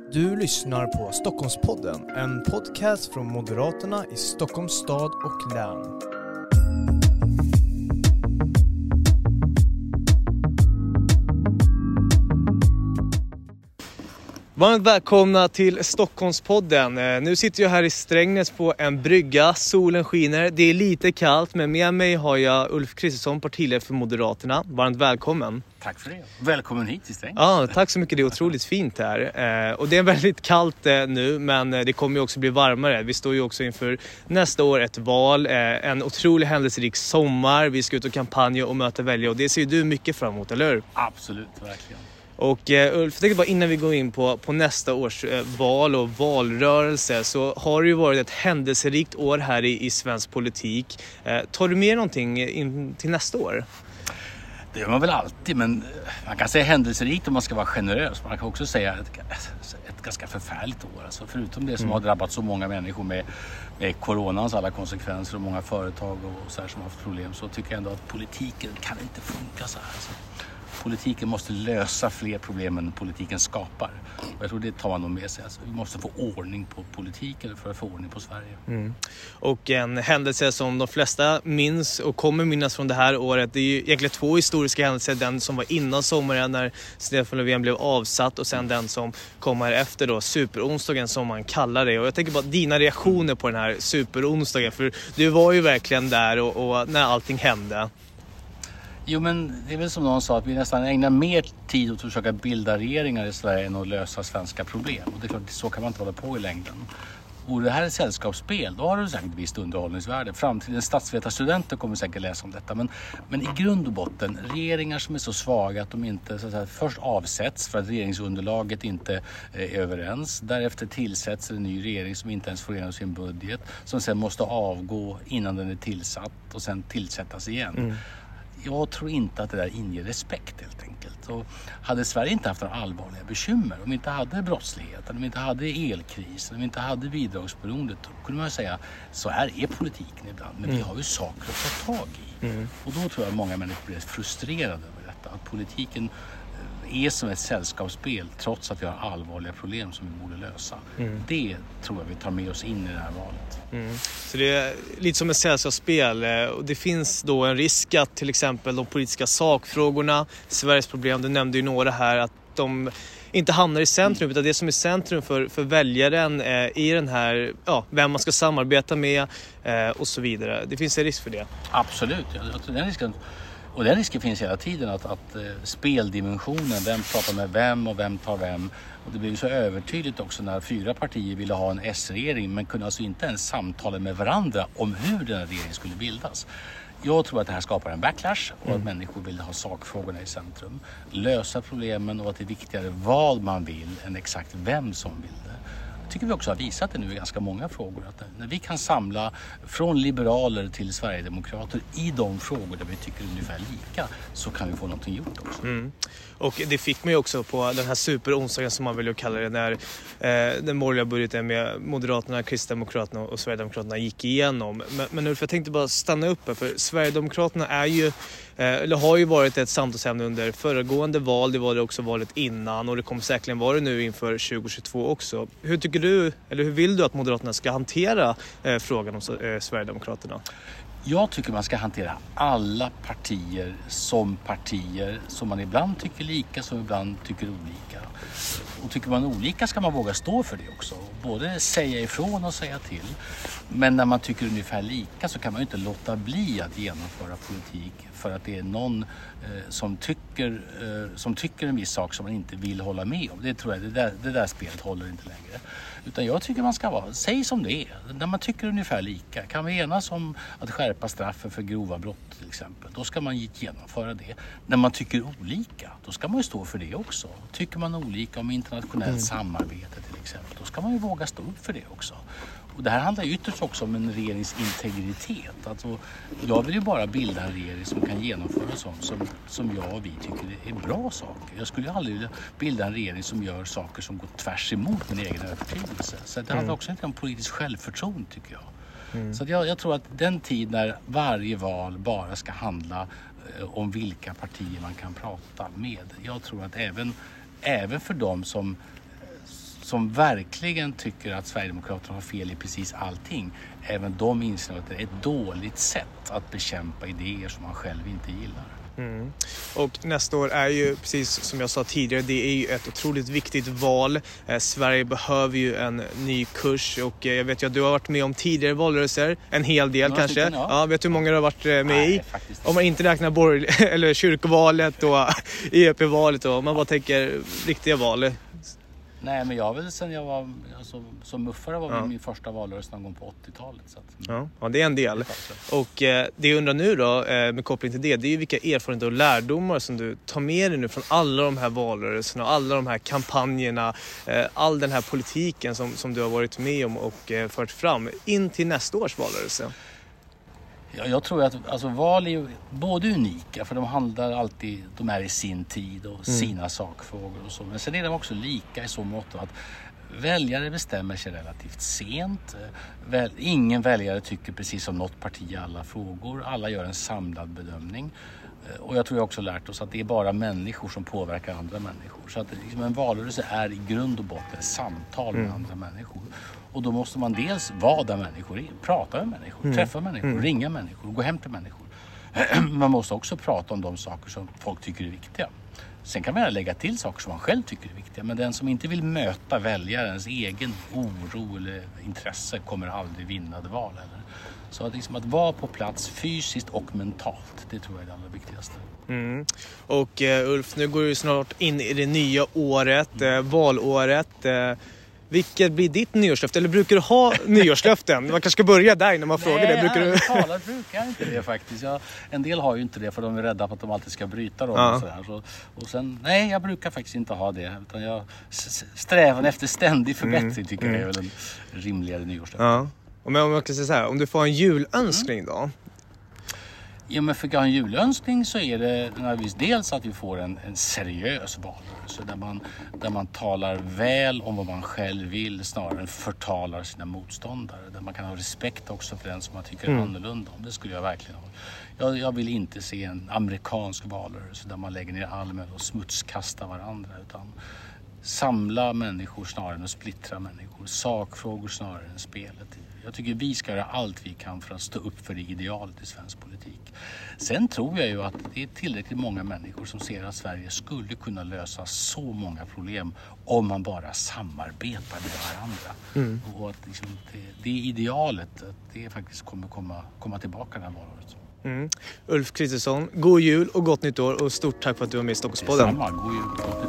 Du lyssnar på Stockholmspodden, en podcast från Moderaterna i Stockholms stad och län. Varmt välkomna till Stockholmspodden. Nu sitter jag här i Strängnäs på en brygga, solen skiner, det är lite kallt, men med mig har jag Ulf Kristersson, partiledare för Moderaterna. Varmt välkommen. Tack för det. Välkommen hit till Strängnäs. Ja, tack så mycket, det är otroligt fint här. Och det är väldigt kallt nu, men det kommer ju också bli varmare. Vi står ju också inför nästa år ett val, en otrolig händelserik sommar. Vi ska ut och kampanja och möta väljare och det ser ju du mycket fram emot, eller hur? Absolut, verkligen. Och Ulf, jag tänkte bara innan vi går in på nästa års val och valrörelse, så har det ju varit ett händelserikt år här i svensk politik. Tar du med någonting in till nästa år? Det gör man väl alltid, men man kan säga händelserikt om man ska vara generös. Man kan också säga ett ganska förfärligt år. Alltså förutom det som har drabbat så många människor med coronans alla konsekvenser och många företag och så här som har haft problem, så tycker jag ändå att politiken kan inte funka så här. Alltså. Politiken måste lösa fler problem än politiken skapar. Och jag tror det tar man nog med sig. Alltså, vi måste få ordning på politiken för att få ordning på Sverige. Mm. Och en händelse som de flesta minns och kommer minnas från det här året, det är ju egentligen två historiska händelser. Den som var innan sommaren när Stefan Löfven blev avsatt och sen den som kom här efter då, superonsdagen som man kallar det. Och jag tänker bara dina reaktioner på den här superonsdagen, för du var ju verkligen där och när allting hände. Jo, men det är väl som någon sa att vi nästan ägnar mer tid åt att försöka bilda regeringar i Sverige än att lösa svenska problem. Och det är klart, så kan man inte hålla på i längden. Och det här är ett sällskapsspel, då har du säkert visst underhållningsvärde. Framtidens statsvetarstudenter kommer säkert läsa om detta. Men i grund och botten, regeringar som är så svaga att de inte så att säga, först avsätts för att regeringsunderlaget inte är överens. Därefter tillsätts en ny regering som inte ens får igenom sin budget. Som sen måste avgå innan den är tillsatt och sen tillsättas igen. Jag tror inte att det där inger respekt helt enkelt. Och hade Sverige inte haft några allvarliga bekymmer, om vi inte hade brottsligheten, om vi inte hade elkrisen, om vi inte hade bidragsberoendet, då kunde man säga så här är politiken ibland. Men vi har ju saker att ta tag i. Och då tror jag att många människor blir frustrerade över detta. Att politiken är som ett sällskapsspel trots att vi har allvarliga problem som vi borde lösa. Det tror jag vi tar med oss in i det här valet. Så det är lite som ett sällskapsspel och det finns då en risk att till exempel de politiska sakfrågorna, Sveriges problem, du nämnde ju några här, att de inte hamnar i centrum, utan det som är centrum för väljaren i den här, vem man ska samarbeta med och så vidare. Det finns en risk för det. Absolut, jag tror den risken. Och den risken finns hela tiden att speldimensionen, vem pratar med vem och vem tar vem. Och det blev ju så övertydligt också när 4 partier ville ha en S-regering men kunde alltså inte ens samtala med varandra om hur den här regeringen skulle bildas. Jag tror att det här skapar en backlash och att människor vill ha sakfrågorna i centrum. Lösa problemen och att det är viktigare vad man vill än exakt vem som vill det. Jag tycker vi också har visat det nu i ganska många frågor. Att när vi kan samla från liberaler till Sverigedemokrater i de frågor där vi tycker ungefär lika, så kan vi få någonting gjort också. Och det fick man ju också på den här superonsdagen som man vill kalla det, när den borgerliga budgeten med Moderaterna, Kristdemokraterna och Sverigedemokraterna gick igenom. Men Ulf, jag tänkte bara stanna upp här, för Sverigedemokraterna är ju eller har ju varit ett samtalsämne under föregående val, det var det också valet innan och det kommer säkerligen vara det nu inför 2022 också. Hur tycker du, eller hur vill du att Moderaterna ska hantera frågan om Sverigedemokraterna? Jag tycker man ska hantera alla partier som man ibland tycker lika, som ibland tycker olika. Och tycker man olika ska man våga stå för det också. Både säga ifrån och säga till. Men när man tycker ungefär lika så kan man ju inte låta bli att genomföra politik för att det är någon som tycker en viss sak som man inte vill hålla med om. Det tror jag, det där spelet håller inte längre. Utan jag tycker man ska säg som det är. När man tycker ungefär lika. Kan vi enas om att skärpa straffen för grova brott till exempel, då ska man genomföra det. När man tycker olika, då ska man ju stå för det också. Tycker man olika om internationellt samarbete till exempel, då ska man ju våga stå upp för det också. Och det här handlar ju ytterst också om en regerings integritet. Alltså, jag vill ju bara bilda en regering som kan genomföra sånt som jag och vi tycker är bra saker. Jag skulle ju aldrig vilja bilda en regering som gör saker som går tvärs emot min egen övertygelse. Så det handlar också inte om politiskt självförtroende tycker jag. Så att jag tror att den tid när varje val bara ska handla om vilka partier man kan prata med. Jag tror att även för dem som som verkligen tycker att Sverigedemokraterna har fel i precis allting, även de inser att det är ett dåligt sätt att bekämpa idéer som man själv inte gillar. Mm. Och nästa år är ju, precis som jag sa tidigare, det är ju ett otroligt viktigt val. Sverige behöver ju en ny kurs, och jag vet ju att du har varit med om tidigare valrörelser, en hel del kanske. Ja, vet du hur många du har varit med i? Faktiskt. Om man inte räknar eller kyrkovalet och EP-valet, och man bara tänker riktiga val. Nej, men jag väl sen jag var som muffare var min första valrörelse någon gång på 80-talet. Så att, ja, det är en del. Och det jag undrar nu då, med koppling till det är ju vilka erfarenheter och lärdomar som du tar med dig nu från alla de här valrörelserna och alla de här kampanjerna, all den här politiken som du har varit med om och fört fram in till nästa års valrörelse. Ja, jag tror att val är ju både unika, för de är i sin tid och sina sakfrågor och så. Men sen är de också lika i så mått att väljare bestämmer sig relativt sent. Ingen väljare tycker precis som något parti i alla frågor. Alla gör en samlad bedömning. Och jag tror jag också lärt oss att det är bara människor som påverkar andra människor. Så att liksom en valrörelse är i grund och botten samtal med andra människor. Och då måste man dels vara där människor är, prata med människor, träffa människor, ringa människor, gå hem till människor. Man måste också prata om de saker som folk tycker är viktiga. Sen kan man lägga till saker som man själv tycker är viktiga. Men den som inte vill möta väljarens egen oro eller intresse kommer aldrig vinna ett val. Eller? Så att vara på plats fysiskt och mentalt, det tror jag är det allra viktigaste. Mm. Och Ulf, nu går du snart in i det nya året, valåret. Vilket blir ditt nyårslöfte? Eller brukar du ha nyårslöften? Man kanske ska börja där när man frågar det. Brukar jag inte det faktiskt. En del har ju inte det för de är rädda för att de alltid ska bryta dem. Och sådär. Och sen, nej, jag brukar faktiskt inte ha det. Utan jag strävan efter ständig förbättring tycker jag är väl en rimligare nyårslöfte. Ja. Om jag kan säga så här, om du får en julönskning då? Ja, men för att ha en julönskning så är det naturligtvis dels att vi får en seriös valrörelse där man talar väl om vad man själv vill snarare än förtalar sina motståndare. Där man kan ha respekt också för den som man tycker är annorlunda om. Det skulle jag verkligen ha. Jag vill inte se en amerikansk valrörelse där man lägger ner armen och smutskastar varandra, utan samla människor snarare än att splittra människor. Sakfrågor snarare än spelet. Jag tycker vi ska göra allt vi kan för att stå upp för det idealet i svensk politik. Sen tror jag ju att det är tillräckligt många människor som ser att Sverige skulle kunna lösa så många problem om man bara samarbetar med varandra. Och att liksom det idealet, det faktiskt kommer komma tillbaka den här valåret. Ulf Kristersson, god jul och gott nytt år, och stort tack för att du var med i Stockholmspodden. Detsamma, god jul.